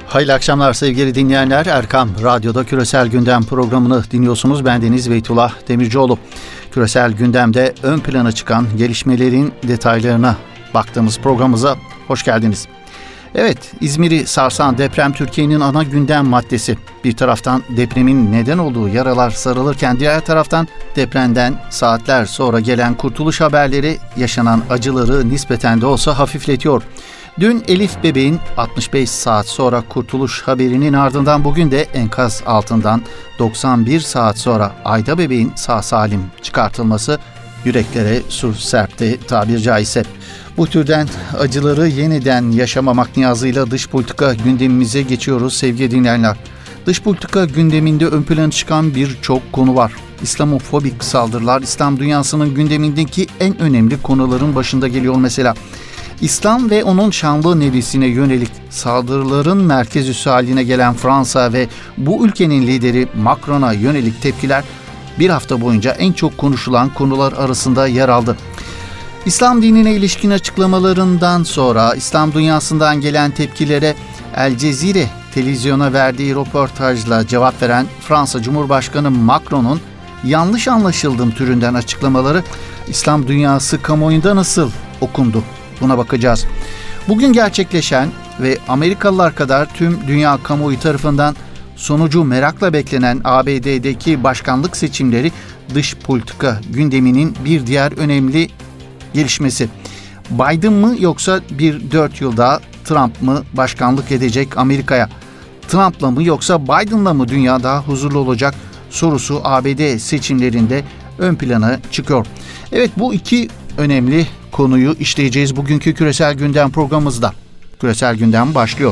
Hayırlı akşamlar sevgili dinleyenler. Erkam Radyo'da Küresel Gündem programını dinliyorsunuz. Ben Deniz Beytullah Demircioğlu. Küresel gündemde ön plana çıkan gelişmelerin detaylarına baktığımız programımıza hoş geldiniz. Evet, İzmir'i sarsan deprem Türkiye'nin ana gündem maddesi. Bir taraftan depremin neden olduğu yaralar sarılırken diğer taraftan depremden saatler sonra gelen kurtuluş haberleri yaşanan acıları nispeten de olsa hafifletiyor. Dün Elif bebeğin 65 saat sonra kurtuluş haberinin ardından bugün de enkaz altından 91 saat sonra Ayda bebeğin sağ salim çıkartılması yüreklere su serpti tabir caizse. Bu türden acıları yeniden yaşamamak niyazıyla dış politika gündemimize geçiyoruz sevgili dinleyenler. Dış politika gündeminde ön plana çıkan birçok konu var. İslamofobik saldırılar İslam dünyasının gündemindeki en önemli konuların başında geliyor mesela. İslam ve onun şanlı nebisine yönelik saldırıların merkez üssü haline gelen Fransa ve bu ülkenin lideri Macron'a yönelik tepkiler bir hafta boyunca en çok konuşulan konular arasında yer aldı. İslam dinine ilişkin açıklamalarından sonra İslam dünyasından gelen tepkilere El Cezire televizyona verdiği röportajla cevap veren Fransa Cumhurbaşkanı Macron'un yanlış anlaşıldım türünden açıklamaları İslam dünyası kamuoyunda nasıl okundu? Buna bakacağız. Bugün gerçekleşen ve Amerikalılar kadar tüm dünya kamuoyu tarafından sonucu merakla beklenen ABD'deki başkanlık seçimleri dış politika gündeminin bir diğer önemli gelişmesi. Biden mı yoksa bir 4 yıl daha Trump mı başkanlık edecek Amerika'ya? Trump'la mı yoksa Biden'la mı dünya daha huzurlu olacak sorusu ABD seçimlerinde ön plana çıkıyor. Evet, bu iki önemli konuyu işleyeceğiz bugünkü Küresel Gündem programımızda. Küresel Gündem başlıyor.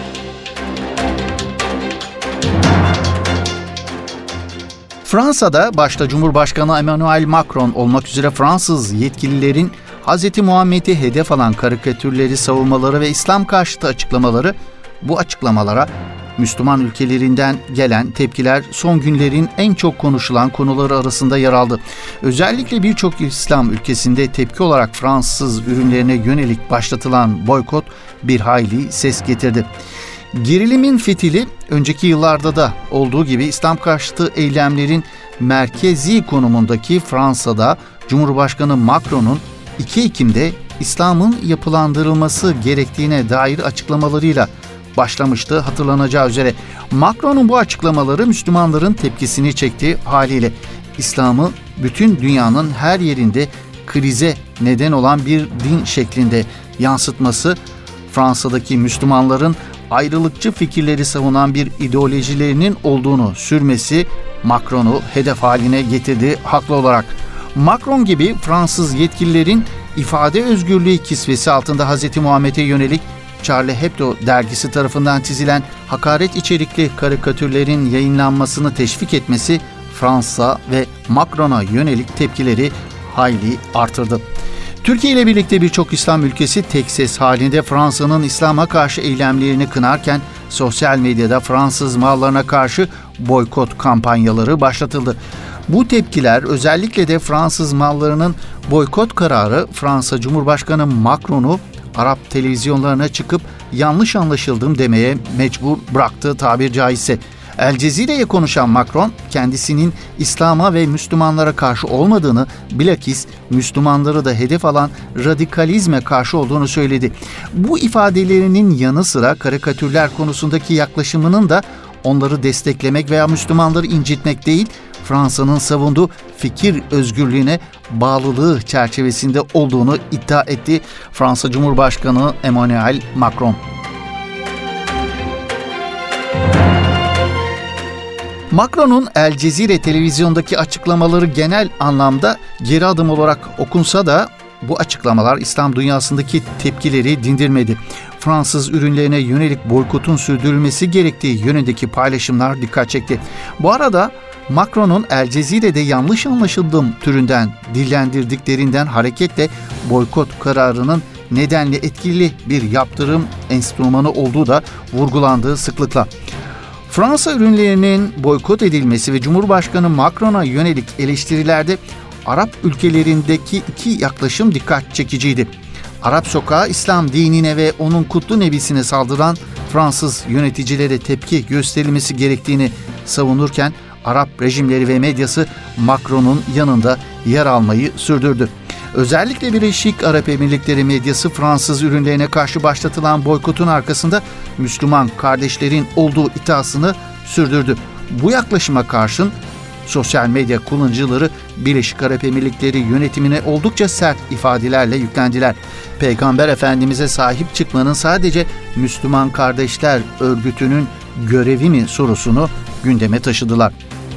Fransa'da başta Cumhurbaşkanı Emmanuel Macron olmak üzere Fransız yetkililerin Hz. Muhammed'i hedef alan karikatürleri savunmaları ve İslam karşıtı açıklamaları, bu açıklamalara Müslüman ülkelerinden gelen tepkiler son günlerin en çok konuşulan konuları arasında yer aldı. Özellikle birçok İslam ülkesinde tepki olarak Fransız ürünlerine yönelik başlatılan boykot bir hayli ses getirdi. Gerilimin fitili önceki yıllarda da olduğu gibi İslam karşıtı eylemlerin merkezi konumundaki Fransa'da Cumhurbaşkanı Macron'un 2 Ekim'de İslam'ın yapılandırılması gerektiğine dair açıklamalarıyla başlamıştı hatırlanacağı üzere. Macron'un bu açıklamaları Müslümanların tepkisini çekti haliyle. İslam'ı bütün dünyanın her yerinde krize neden olan bir din şeklinde yansıtması, Fransa'daki Müslümanların ayrılıkçı fikirleri savunan bir ideolojilerinin olduğunu sürmesi Macron'u hedef haline getirdi haklı olarak. Macron gibi Fransız yetkililerin ifade özgürlüğü kisvesi altında Hz. Muhammed'e yönelik Charlie Hebdo dergisi tarafından çizilen hakaret içerikli karikatürlerin yayınlanmasını teşvik etmesi Fransa ve Macron'a yönelik tepkileri hayli artırdı. Türkiye ile birlikte birçok İslam ülkesi tek ses halinde Fransa'nın İslam'a karşı eylemlerini kınarken sosyal medyada Fransız mallarına karşı boykot kampanyaları başlatıldı. Bu tepkiler özellikle de Fransız mallarının boykot kararı Fransa Cumhurbaşkanı Macron'u Arap televizyonlarına çıkıp yanlış anlaşıldım demeye mecbur bıraktı tabir caizse. El Cezire'ye konuşan Macron kendisinin İslam'a ve Müslümanlara karşı olmadığını, bilakis Müslümanları da hedef alan radikalizme karşı olduğunu söyledi. Bu ifadelerinin yanı sıra karikatürler konusundaki yaklaşımının da onları desteklemek veya Müslümanları incitmek değil, Fransa'nın savunduğu fikir özgürlüğüne bağlılığı çerçevesinde olduğunu iddia etti Fransa Cumhurbaşkanı Emmanuel Macron. Macron'un El Cezire televizyondaki açıklamaları genel anlamda geri adım olarak okunsa da bu açıklamalar İslam dünyasındaki tepkileri dindirmedi. Fransız ürünlerine yönelik boykotun sürdürülmesi gerektiği yönündeki paylaşımlar dikkat çekti. Bu arada Macron'un El Cezire'de yanlış anlaşıldım türünden dillendirdiklerinden hareketle boykot kararının nedenli etkili bir yaptırım enstrümanı olduğu da vurgulandığı sıklıkla. Fransa ürünlerinin boykot edilmesi ve Cumhurbaşkanı Macron'a yönelik eleştirilerde Arap ülkelerindeki iki yaklaşım dikkat çekiciydi. Arap sokağı İslam dinine ve onun kutlu nebisine saldıran Fransız yöneticilere tepki gösterilmesi gerektiğini savunurken Arap rejimleri ve medyası Macron'un yanında yer almayı sürdürdü. Özellikle Birleşik Arap Emirlikleri medyası Fransız ürünlerine karşı başlatılan boykotun arkasında Müslüman kardeşlerin olduğu iddiasını sürdürdü. Bu yaklaşıma karşın sosyal medya kullanıcıları Birleşik Arap Emirlikleri yönetimine oldukça sert ifadelerle yüklendiler. Peygamber Efendimiz'e sahip çıkmanın sadece Müslüman Kardeşler Örgütü'nün görevi mi sorusunu gündeme taşıdılar.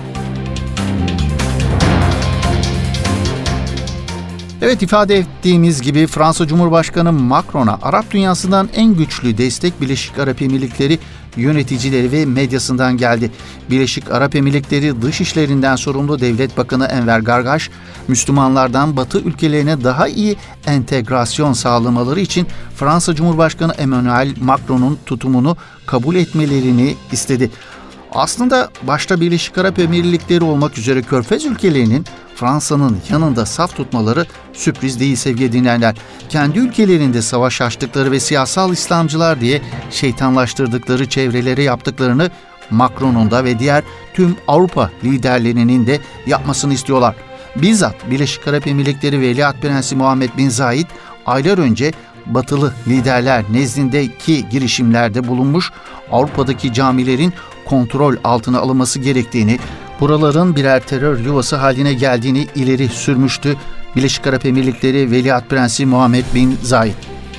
Evet, ifade ettiğimiz gibi Fransa Cumhurbaşkanı Macron'a Arap dünyasından en güçlü destek Birleşik Arap Emirlikleri yöneticileri ve medyasından geldi. Birleşik Arap Emirlikleri Dışişlerinden sorumlu Devlet Bakanı Enver Gargaş, Müslümanlardan Batı ülkelerine daha iyi entegrasyon sağlamaları için Fransa Cumhurbaşkanı Emmanuel Macron'un tutumunu kabul etmelerini istedi. Aslında başta Birleşik Arap Emirlikleri olmak üzere Körfez ülkelerinin Fransa'nın yanında saf tutmaları sürpriz değil sevgili dinleyenler. Kendi ülkelerinde savaş açtıkları ve siyasal İslamcılar diye şeytanlaştırdıkları çevrelere yaptıklarını Macron'un da ve diğer tüm Avrupa liderlerinin de yapmasını istiyorlar. Bizzat Birleşik Arap Emirlikleri Veliaht Prensi Muhammed bin Zayed aylar önce Batılı liderler nezdindeki girişimlerde bulunmuş, Avrupa'daki camilerin kontrol altına alınması gerektiğini, buraların birer terör yuvası haline geldiğini ileri sürmüştü Birleşik Arap Emirlikleri Veliaht Prensi Muhammed bin Zayed.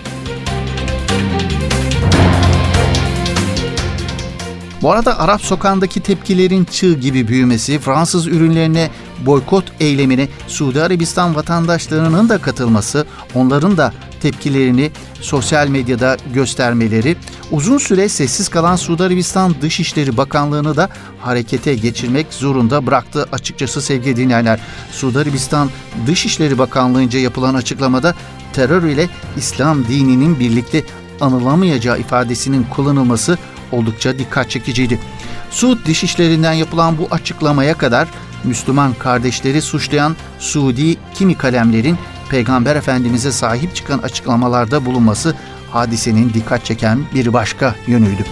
Bu arada Arap sokağındaki tepkilerin çığ gibi büyümesi, Fransız ürünlerine boykot eylemine Suudi Arabistan vatandaşlarının da katılması, onların da tepkilerini sosyal medyada göstermeleri, uzun süre sessiz kalan Suudi Arabistan Dışişleri Bakanlığı'nı da harekete geçirmek zorunda bıraktı açıkçası sevgili dinleyenler. Suudi Arabistan Dışişleri Bakanlığı'nca yapılan açıklamada terör ile İslam dininin birlikte anılamayacağı ifadesinin kullanılması oldukça dikkat çekiciydi. Suud Dışişleri'nden yapılan bu açıklamaya kadar Müslüman kardeşleri suçlayan Suudi kimi kalemlerin Peygamber Efendimiz'e sahip çıkan açıklamalarda bulunması hadisenin dikkat çeken bir başka yönüydü.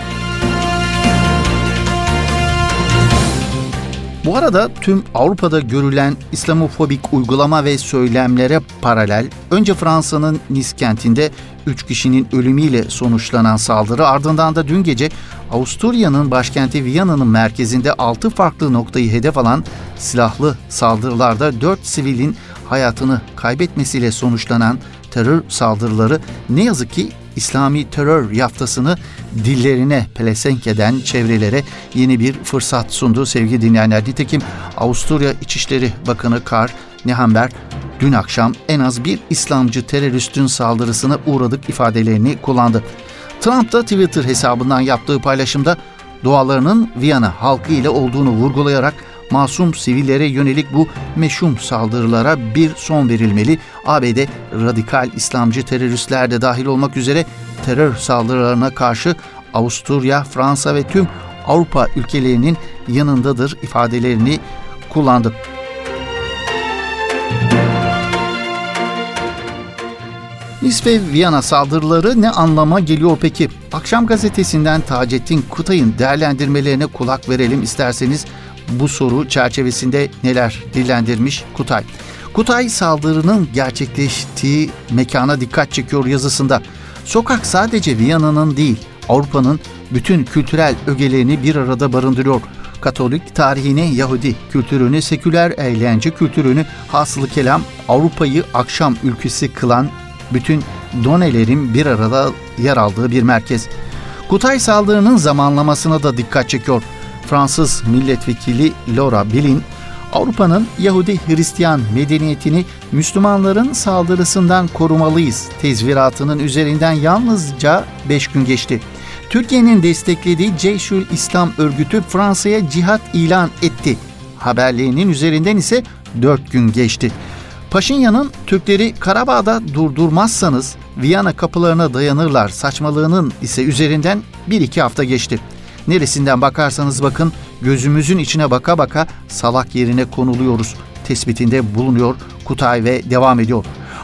Bu arada tüm Avrupa'da görülen İslamofobik uygulama ve söylemlere paralel, önce Fransa'nın Nice kentinde 3 kişinin ölümüyle sonuçlanan saldırı, ardından da dün gece Avusturya'nın başkenti Viyana'nın merkezinde 6 farklı noktayı hedef alan silahlı saldırılarda 4 sivilin hayatını kaybetmesiyle sonuçlanan terör saldırıları ne yazık ki İslami terör yaftasını dillerine pelesenk eden çevrelere yeni bir fırsat sundu sevgili dinleyenler. Nitekim Avusturya İçişleri Bakanı Karl Nehammer dün akşam en az bir İslamcı teröristin saldırısına uğradık ifadelerini kullandı. Trump da Twitter hesabından yaptığı paylaşımda dualarının Viyana halkı ile olduğunu vurgulayarak masum sivillere yönelik bu meşhum saldırılara bir son verilmeli. ABD radikal İslamcı teröristler de dahil olmak üzere terör saldırılarına karşı Avusturya, Fransa ve tüm Avrupa ülkelerinin yanındadır ifadelerini kullandı. Nice ve Viyana saldırıları ne anlama geliyor peki? Akşam gazetesinden Taceddin Kutay'ın değerlendirmelerine kulak verelim isterseniz. Bu soru çerçevesinde neler dillendirmiş Kutay? Kutay saldırının gerçekleştiği mekana dikkat çekiyor yazısında. Sokak sadece Viyana'nın değil, Avrupa'nın bütün kültürel ögelerini bir arada barındırıyor. Katolik tarihini, Yahudi kültürünü, seküler eğlence kültürünü, hasılı kelam Avrupa'yı akşam ülkesi kılan bütün donelerin bir arada yer aldığı bir merkez. Kutay saldırının zamanlamasına da dikkat çekiyor. Fransız milletvekili Laura Billin, Avrupa'nın Yahudi-Hristiyan medeniyetini Müslümanların saldırısından korumalıyız tezviratının üzerinden yalnızca 5 gün geçti. Türkiye'nin desteklediği Ceyşül İslam örgütü Fransa'ya cihat ilan etti. Haberlerinin üzerinden ise 4 gün geçti. Paşinyan'ın Türkleri Karabağ'da durdurmazsanız Viyana kapılarına dayanırlar saçmalığının ise üzerinden 1-2 hafta geçti. Neresinden bakarsanız bakın gözümüzün içine baka baka salak yerine konuluyoruz tespitinde bulunuyor Kutay ve devam ediyor.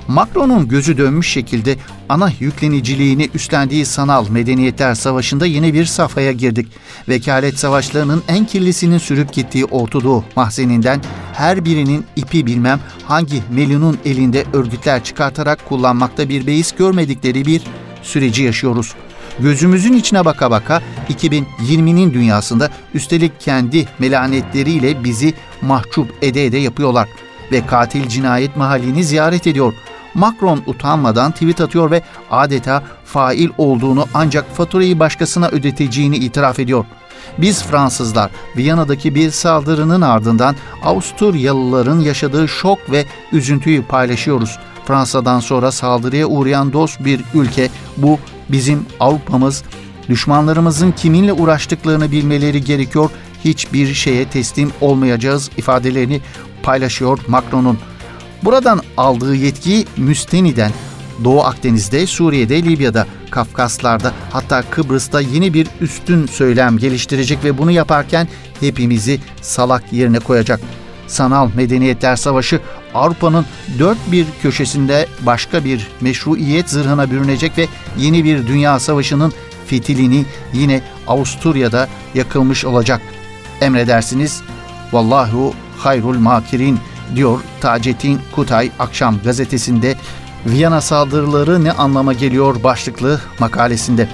Macron'un gözü dönmüş şekilde ana yükleniciliğini üstlendiği sanal medeniyetler savaşında yeni bir safhaya girdik. Vekalet savaşlarının en kirlisinin sürüp gittiği Orta Doğu mahzeninden her birinin ipi bilmem hangi melunun elinde örgütler çıkartarak kullanmakta bir beis görmedikleri bir süreci yaşıyoruz. Gözümüzün içine baka baka 2020'nin dünyasında üstelik kendi melanetleriyle bizi mahcup ede ede yapıyorlar ve katil cinayet mahallini ziyaret ediyor. Macron utanmadan tweet atıyor ve adeta fail olduğunu ancak faturayı başkasına ödeteceğini itiraf ediyor. Biz Fransızlar Viyana'daki bir saldırının ardından Avusturyalıların yaşadığı şok ve üzüntüyü paylaşıyoruz. Fransa'dan sonra saldırıya uğrayan dost bir ülke, bu bizim Avrupa'mız. Düşmanlarımızın kiminle uğraştıklarını bilmeleri gerekiyor. Hiçbir şeye teslim olmayacağız ifadelerini paylaşıyor Macron'un. Buradan aldığı yetkiyi müsteniden Doğu Akdeniz'de, Suriye'de, Libya'da, Kafkaslar'da, hatta Kıbrıs'ta yeni bir üstün söylem geliştirecek ve bunu yaparken hepimizi salak yerine koyacak. Sanal medeniyetler savaşı Avrupa'nın dört bir köşesinde başka bir meşruiyet zırhına bürünecek ve yeni bir dünya savaşının fitilini yine Avusturya'da yakılmış olacak. Emredersiniz, vallahu hayrul makirin diyor Taceddin Kutay Akşam gazetesinde Viyana saldırıları ne anlama geliyor başlıklı makalesinde.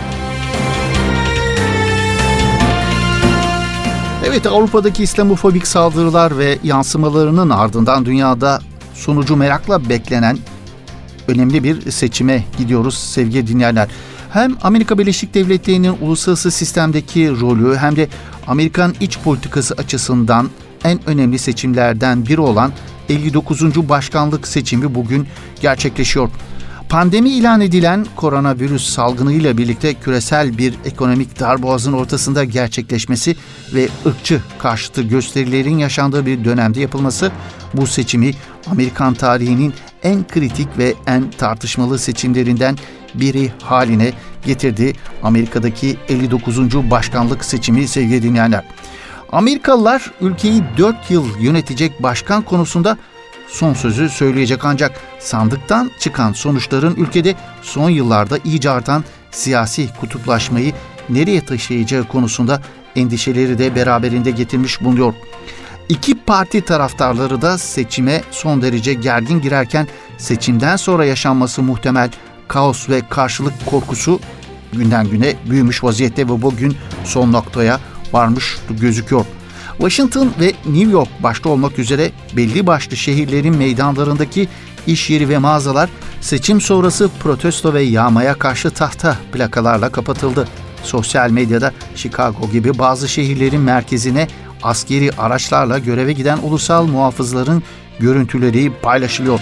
Evet, Avrupa'daki İslamofobik saldırılar ve yansımalarının ardından dünyada sonucu merakla beklenen önemli bir seçime gidiyoruz sevgili dinleyenler. Hem Amerika Birleşik Devletleri'nin uluslararası sistemdeki rolü hem de Amerikan iç politikası açısından en önemli seçimlerden biri olan 59. başkanlık seçimi bugün gerçekleşiyor. Pandemi ilan edilen koronavirüs salgınıyla birlikte küresel bir ekonomik darboğazın ortasında gerçekleşmesi ve ırkçı karşıtı gösterilerin yaşandığı bir dönemde yapılması bu seçimi Amerikan tarihinin en kritik ve en tartışmalı seçimlerinden biri haline getirdi. Amerika'daki 59. başkanlık seçimi sevgili dinleyenler. Amerikalılar ülkeyi 4 yıl yönetecek başkan konusunda son sözü söyleyecek, ancak sandıktan çıkan sonuçların ülkede son yıllarda iyice artan siyasi kutuplaşmayı nereye taşıyacağı konusunda endişeleri de beraberinde getirmiş bulunuyor. İki parti taraftarları da seçime son derece gergin girerken seçimden sonra yaşanması muhtemel kaos ve karşılık korkusu günden güne büyümüş vaziyette ve bugün son noktaya varmış gözüküyor. Washington ve New York başta olmak üzere belli başlı şehirlerin meydanlarındaki iş yeri ve mağazalar seçim sonrası protesto ve yağmaya karşı tahta plakalarla kapatıldı. Sosyal medyada Chicago gibi bazı şehirlerin merkezine askeri araçlarla göreve giden ulusal muhafızların görüntüleri paylaşılıyor.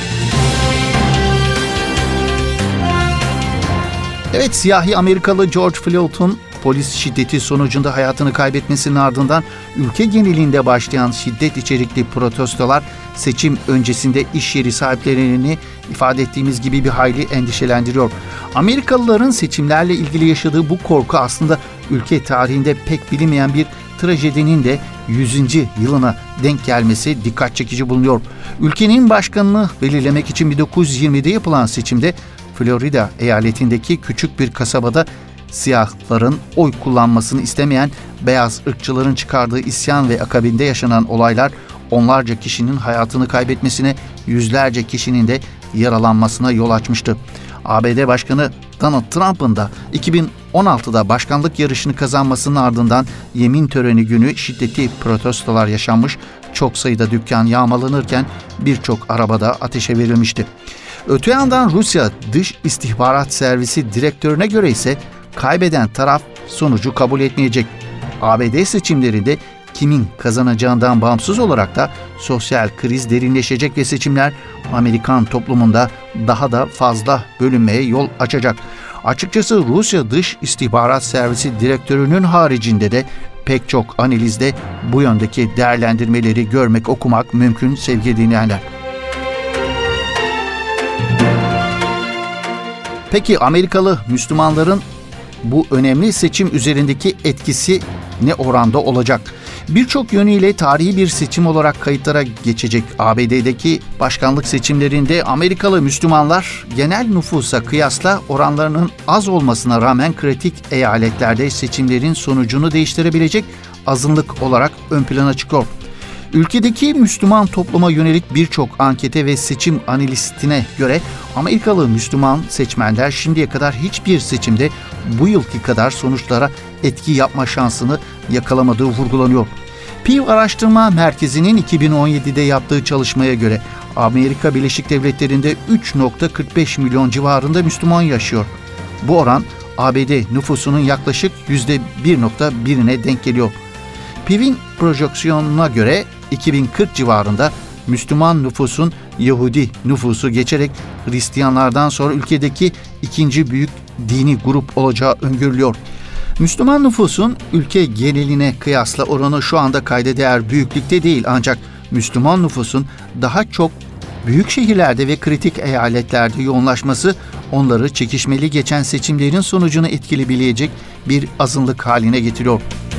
Evet, siyahi Amerikalı George Floyd'un polis şiddeti sonucunda hayatını kaybetmesinin ardından ülke genelinde başlayan şiddet içerikli protestolar seçim öncesinde iş yeri sahiplerini ifade ettiğimiz gibi bir hayli endişelendiriyor. Amerikalıların seçimlerle ilgili yaşadığı bu korku aslında ülke tarihinde pek bilinmeyen bir trajedinin de 100. yılına denk gelmesi dikkat çekici bulunuyor. Ülkenin başkanını belirlemek için 1920'de yapılan seçimde Florida eyaletindeki küçük bir kasabada siyahların oy kullanmasını istemeyen beyaz ırkçıların çıkardığı isyan ve akabinde yaşanan olaylar onlarca kişinin hayatını kaybetmesine, yüzlerce kişinin de yaralanmasına yol açmıştı. ABD Başkanı Donald Trump'ın da 2016'da başkanlık yarışını kazanmasının ardından yemin töreni günü şiddetli protestolar yaşanmış, çok sayıda dükkan yağmalanırken birçok arabada ateşe verilmişti. Öte yandan Rusya Dış İstihbarat Servisi direktörüne göre ise kaybeden taraf sonucu kabul etmeyecek. ABD seçimlerinde kimin kazanacağından bağımsız olarak da sosyal kriz derinleşecek ve seçimler Amerikan toplumunda daha da fazla bölünmeye yol açacak. Açıkçası Rusya Dış İstihbarat Servisi direktörünün haricinde de pek çok analizde bu yöndeki değerlendirmeleri görmek, okumak mümkün sevgili dinleyenler. Peki Amerikalı Müslümanların bu önemli seçim üzerindeki etkisi ne oranda olacak? Birçok yönüyle tarihi bir seçim olarak kayıtlara geçecek ABD'deki başkanlık seçimlerinde Amerikalı Müslümanlar genel nüfusa kıyasla oranlarının az olmasına rağmen kritik eyaletlerde seçimlerin sonucunu değiştirebilecek azınlık olarak ön plana çıkıyor. Ülkedeki Müslüman topluma yönelik birçok ankete ve seçim analistine göre Amerikalı Müslüman seçmenler şimdiye kadar hiçbir seçimde bu yılki kadar sonuçlara etki yapma şansını yakalamadığı vurgulanıyor. Pew Araştırma Merkezi'nin 2017'de yaptığı çalışmaya göre Amerika Birleşik Devletleri'nde 3,45 milyon civarında Müslüman yaşıyor. Bu oran ABD nüfusunun yaklaşık %1,1'ine denk geliyor. Pew'in projeksiyonuna göre 2040 civarında Müslüman nüfusun Yahudi nüfusu geçerek Hristiyanlardan sonra ülkedeki ikinci büyük dini grup olacağı öngörülüyor. Müslüman nüfusun ülke geneline kıyasla oranı şu anda kayda değer büyüklükte değil, ancak Müslüman nüfusun daha çok büyük şehirlerde ve kritik eyaletlerde yoğunlaşması onları çekişmeli geçen seçimlerin sonucunu etkileyebilecek bir azınlık haline getiriyor.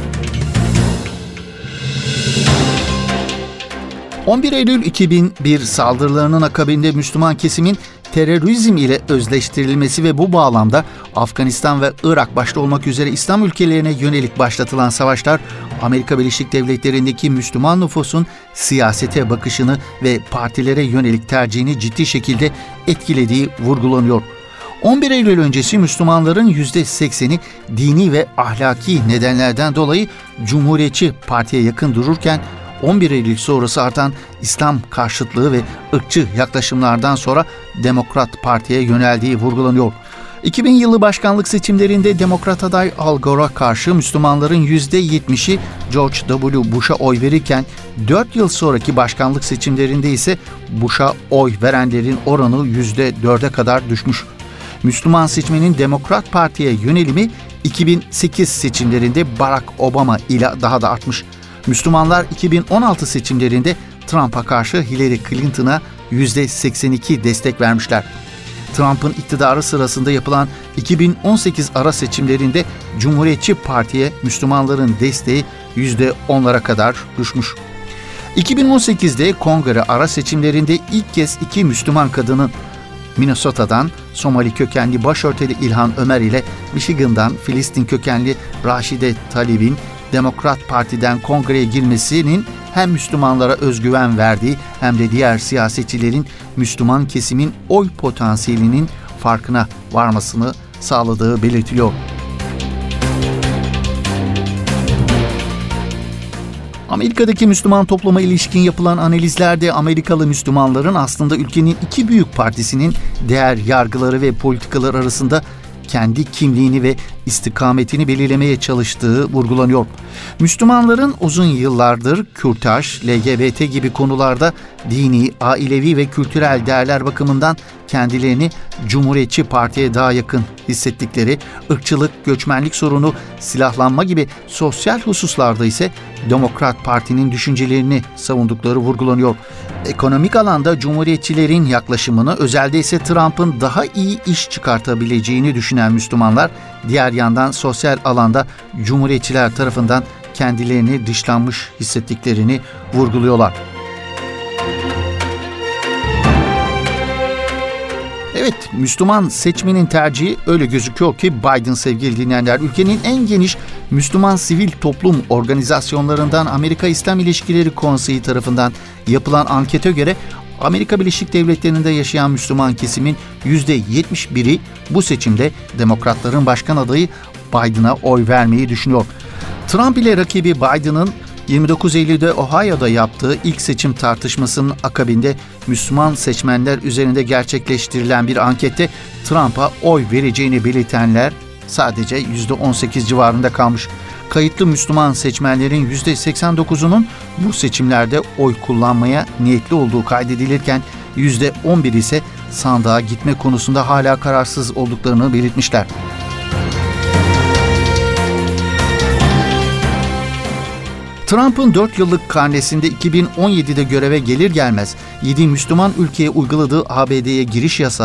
11 Eylül 2001 saldırılarının akabinde Müslüman kesimin terörizm ile özleştirilmesi ve bu bağlamda Afganistan ve Irak başta olmak üzere İslam ülkelerine yönelik başlatılan savaşlar Amerika Birleşik Devletleri'ndeki Müslüman nüfusun siyasete bakışını ve partilere yönelik tercihini ciddi şekilde etkilediği vurgulanıyor. 11 Eylül öncesi Müslümanların %80'i dini ve ahlaki nedenlerden dolayı Cumhuriyetçi Parti'ye yakın dururken 11 Eylül sonrası artan İslam karşıtlığı ve ırkçı yaklaşımlardan sonra Demokrat Parti'ye yöneldiği vurgulanıyor. 2000 yılı başkanlık seçimlerinde Demokrat aday Al Gore'a karşı Müslümanların %70'i George W. Bush'a oy verirken 4 yıl sonraki başkanlık seçimlerinde ise Bush'a oy verenlerin oranı %4'e kadar düşmüş. Müslüman seçmenin Demokrat Parti'ye yönelimi 2008 seçimlerinde Barack Obama ile daha da artmış. Müslümanlar 2016 seçimlerinde Trump'a karşı Hillary Clinton'a %82 destek vermişler. Trump'ın iktidarı sırasında yapılan 2018 ara seçimlerinde Cumhuriyetçi Parti'ye Müslümanların desteği %10'lara kadar düşmüş. 2018'de Kongre ara seçimlerinde ilk kez iki Müslüman kadının Minnesota'dan Somali kökenli başörtülü İlhan Ömer ile Michigan'dan Filistin kökenli Raşide Talib'in Demokrat Parti'den kongreye girmesinin hem Müslümanlara özgüven verdiği hem de diğer siyasetçilerin Müslüman kesimin oy potansiyelinin farkına varmasını sağladığı belirtiliyor. Amerika'daki Müslüman topluma ilişkin yapılan analizlerde Amerikalı Müslümanların aslında ülkenin iki büyük partisinin değer yargıları ve politikalar arasında kendi kimliğini ve istikametini belirlemeye çalıştığı vurgulanıyor. Müslümanların uzun yıllardır kürtaj, LGBT gibi konularda dini, ailevi ve kültürel değerler bakımından kendilerini Cumhuriyetçi Parti'ye daha yakın hissettikleri, ırkçılık, göçmenlik sorunu, silahlanma gibi sosyal hususlarda ise Demokrat Parti'nin düşüncelerini savundukları vurgulanıyor. Ekonomik alanda Cumhuriyetçilerin yaklaşımını, özelde ise Trump'ın daha iyi iş çıkartabileceğini düşünen Müslümanlar, diğer yandan sosyal alanda Cumhuriyetçiler tarafından kendilerini dışlanmış hissettiklerini vurguluyorlar. Evet, Müslüman seçmenin tercihi öyle gözüküyor ki Biden, sevgili dinleyenler, ülkenin en geniş Müslüman sivil toplum organizasyonlarından Amerika İslam İlişkileri Konseyi tarafından yapılan ankete göre Amerika Birleşik Devletleri'nde yaşayan Müslüman kesimin %71'i bu seçimde Demokratların başkan adayı Biden'a oy vermeyi düşünüyor. Trump ile rakibi Biden'ın 29 Eylül'de Ohio'da yaptığı ilk seçim tartışmasının akabinde Müslüman seçmenler üzerinde gerçekleştirilen bir ankette Trump'a oy vereceğini belirtenler sadece %18 civarında kalmış. Kayıtlı Müslüman seçmenlerin %89'unun bu seçimlerde oy kullanmaya niyetli olduğu kaydedilirken %11 ise sandığa gitme konusunda hala kararsız olduklarını belirtmişler. Trump'ın 4 yıllık karnesinde 2017'de göreve gelir gelmez 7 Müslüman ülkeye uyguladığı ABD'ye giriş yasağı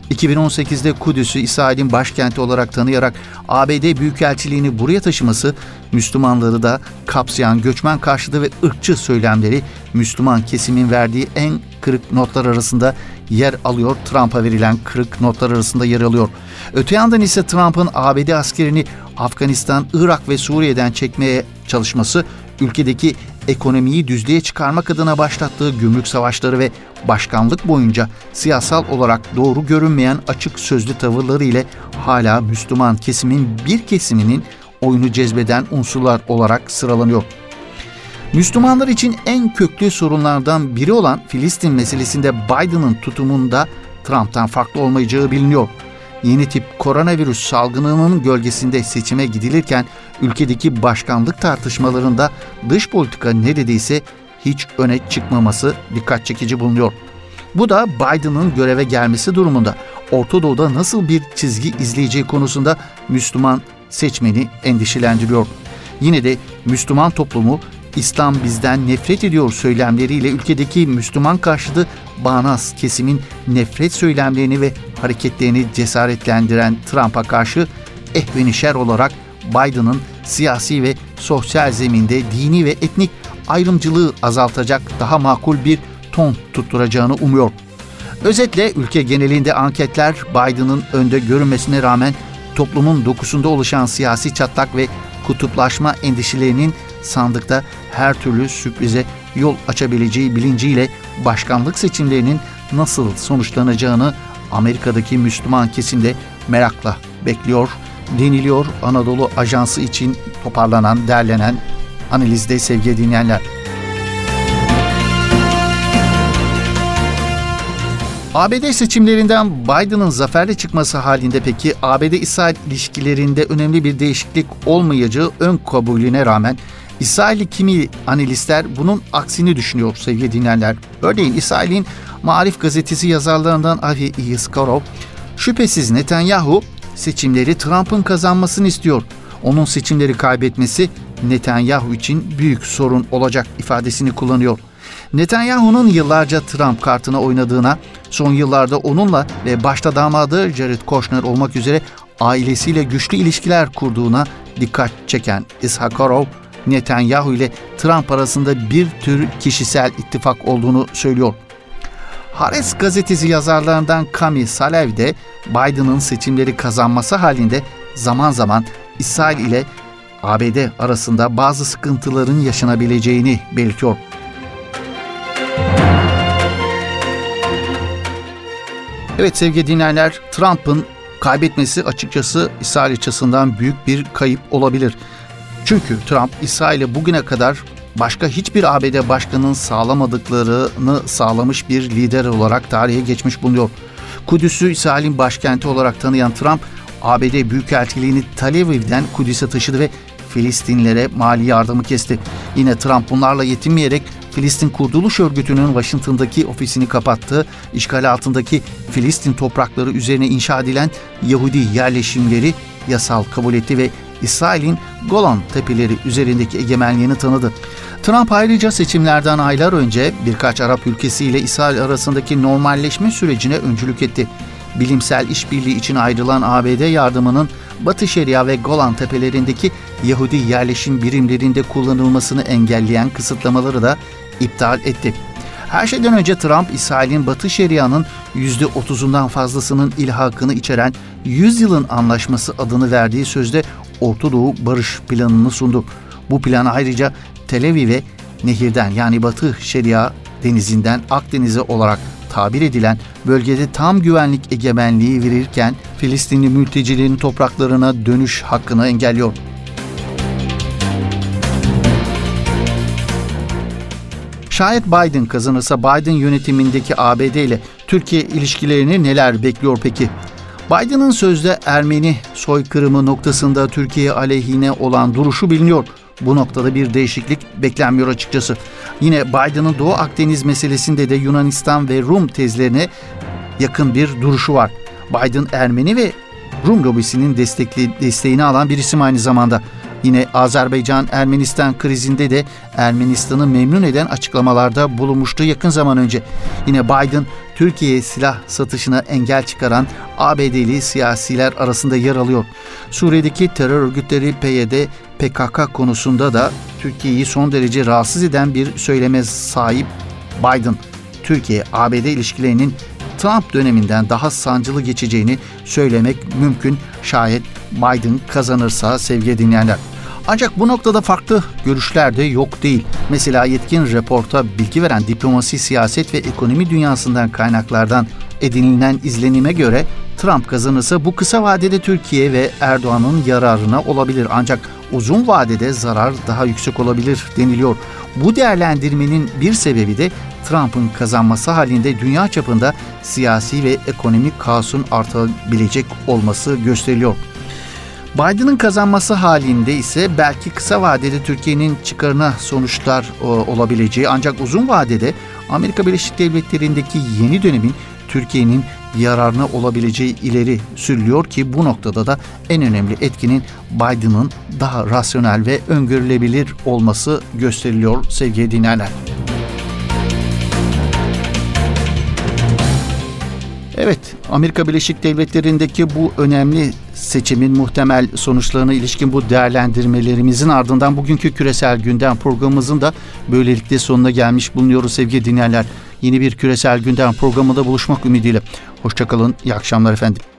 2018'de Kudüs'ü İsrail'in başkenti olarak tanıyarak ABD Büyükelçiliğini buraya taşıması, Müslümanları da kapsayan göçmen karşıtı ve ırkçı söylemleri Müslüman kesimin verdiği en kırık notlar arasında yer alıyor. Trump'a verilen kırık notlar arasında yer alıyor. Öte yandan ise Trump'ın ABD askerini Afganistan, Irak ve Suriye'den çekmeye çalışması, ülkedeki ekonomiyi düzlüğe çıkarmak adına başlattığı gümrük savaşları ve başkanlık boyunca siyasal olarak doğru görünmeyen açık sözlü tavırları ile hala Müslüman kesimin bir kesiminin oyunu cezbeden unsurlar olarak sıralanıyor. Müslümanlar için en köklü sorunlardan biri olan Filistin meselesinde Biden'ın tutumunda Trump'tan farklı olmayacağı biliniyor. Yeni tip koronavirüs salgınının gölgesinde seçime gidilirken ülkedeki başkanlık tartışmalarında dış politika neredeyse hiç öne çıkmaması dikkat çekici bulunuyor. Bu da Biden'ın göreve gelmesi durumunda Orta Doğu'da nasıl bir çizgi izleyeceği konusunda Müslüman seçmeni endişelendiriyor. Yine de Müslüman toplumu İslam bizden nefret ediyor söylemleriyle ülkedeki Müslüman karşıtı bağnaz kesimin nefret söylemlerini ve hareketlerini cesaretlendiren Trump'a karşı ehvenişer olarak Biden'ın siyasi ve sosyal zeminde dini ve etnik ayrımcılığı azaltacak daha makul bir ton tutturacağını umuyor. Özetle ülke genelinde anketler Biden'ın önde görünmesine rağmen toplumun dokusunda oluşan siyasi çatlak ve kutuplaşma endişelerinin sandıkta her türlü sürprize yol açabileceği bilinciyle başkanlık seçimlerinin nasıl sonuçlanacağını Amerika'daki Müslüman kesimde merakla bekliyor deniliyor. Anadolu Ajansı için toparlanan, derlenen analizde sevgili dinleyenler. ABD seçimlerinden Biden'ın zaferle çıkması halinde peki ABD-İsrail ilişkilerinde önemli bir değişiklik olmayacağı ön kabulüne rağmen İsrailli kimi analistler bunun aksini düşünüyor sevgili dinleyenler. Örneğin İsrail'in Maarif gazetesi yazarlarından Avi Yiskarov, şüphesiz Netanyahu seçimleri Trump'ın kazanmasını istiyor. Onun seçimleri kaybetmesi Netanyahu için büyük sorun olacak ifadesini kullanıyor. Netanyahu'nun yıllarca Trump kartına oynadığına, son yıllarda onunla ve başta damadı Jared Kushner olmak üzere ailesiyle güçlü ilişkiler kurduğuna dikkat çeken Issakarov, Netanyahu ile Trump arasında bir tür kişisel ittifak olduğunu söylüyor. Haaretz gazetesi yazarlarından Kami Salev de Biden'ın seçimleri kazanması halinde zaman zaman İsrail ile ABD arasında bazı sıkıntıların yaşanabileceğini belirtiyor. Evet sevgili dinleyenler, Trump'ın kaybetmesi açıkçası İsrail açısından büyük bir kayıp olabilir. Çünkü Trump İsrail'e bugüne kadar başka hiçbir ABD başkanının sağlamadıklarını sağlamış bir lider olarak tarihe geçmiş bulunuyor. Kudüs'ü İsrail'in başkenti olarak tanıyan Trump, ABD Büyükelçiliğini Tel Aviv'den Kudüs'e taşıdı ve Filistinlilere mali yardımı kesti. Yine Trump bunlarla yetinmeyerek Filistin Kurtuluş Örgütü'nün Washington'daki ofisini kapattı, işgal altındaki Filistin toprakları üzerine inşa edilen Yahudi yerleşimleri yasal kabul etti ve İsrail'in Golan Tepeleri üzerindeki egemenliğini tanıdı. Trump ayrıca seçimlerden aylar önce birkaç Arap ülkesiyle İsrail arasındaki normalleşme sürecine öncülük etti. Bilimsel işbirliği için ayrılan ABD yardımının Batı Şeria ve Golan Tepelerindeki Yahudi yerleşim birimlerinde kullanılmasını engelleyen kısıtlamaları da iptal etti. Her şeyden önce Trump, İsrail'in Batı Şeria'nın %30'undan fazlasının ilhakını içeren 100 yılın anlaşması adını verdiği sözde Orta Doğu Barış Planı'nı sundu. Bu plan ayrıca Tel Aviv'e nehirden yani Batı Şeria denizinden Akdeniz'e olarak tabir edilen bölgede tam güvenlik egemenliği verirken Filistinli mültecilerin topraklarına dönüş hakkını engelliyor. Şayet Biden kazanırsa Biden yönetimindeki ABD ile Türkiye ilişkilerini neler bekliyor peki? Biden'ın sözde Ermeni soykırımı noktasında Türkiye aleyhine olan duruşu biliniyor. Bu noktada bir değişiklik beklenmiyor açıkçası. Yine Biden'ın Doğu Akdeniz meselesinde de Yunanistan ve Rum tezlerine yakın bir duruşu var. Biden Ermeni ve Rum lobisinin desteğini alan bir isim aynı zamanda. Yine Azerbaycan-Ermenistan krizinde de Ermenistan'ı memnun eden açıklamalarda bulunmuştu yakın zaman önce. Yine Biden, Türkiye'ye silah satışına engel çıkaran ABD'li siyasiler arasında yer alıyor. Suriye'deki terör örgütleri PYD, PKK konusunda da Türkiye'yi son derece rahatsız eden bir söyleme sahip Biden. Türkiye-ABD ilişkilerinin Trump döneminden daha sancılı geçeceğini söylemek mümkün şayet Biden kazanırsa sevgili dinleyenler. Ancak bu noktada farklı görüşler de yok değil. Mesela yetkin reporta bilgi veren diplomasi, siyaset ve ekonomi dünyasından kaynaklardan edinilen izlenime göre Trump kazanırsa bu kısa vadede Türkiye ve Erdoğan'ın yararına olabilir. Ancak uzun vadede zarar daha yüksek olabilir deniliyor. Bu değerlendirmenin bir sebebi de Trump'ın kazanması halinde dünya çapında siyasi ve ekonomik kaosun artabilecek olması gösteriliyor. Biden'ın kazanması halinde ise belki kısa vadede Türkiye'nin çıkarına sonuçlar olabileceği, ancak uzun vadede Amerika Birleşik Devletleri'ndeki yeni dönemin Türkiye'nin yararına olabileceği ileri sürülüyor ki bu noktada da en önemli etkinin Biden'ın daha rasyonel ve öngörülebilir olması gösteriliyor sevgili dinleyenler. Evet, Amerika Birleşik Devletleri'ndeki bu önemli seçimin muhtemel sonuçlarına ilişkin bu değerlendirmelerimizin ardından bugünkü Küresel Gündem programımızın da böylelikle sonuna gelmiş bulunuyoruz sevgili dinleyenler. Yeni bir Küresel Gündem programında buluşmak ümidiyle. Hoşça kalın, iyi akşamlar efendim.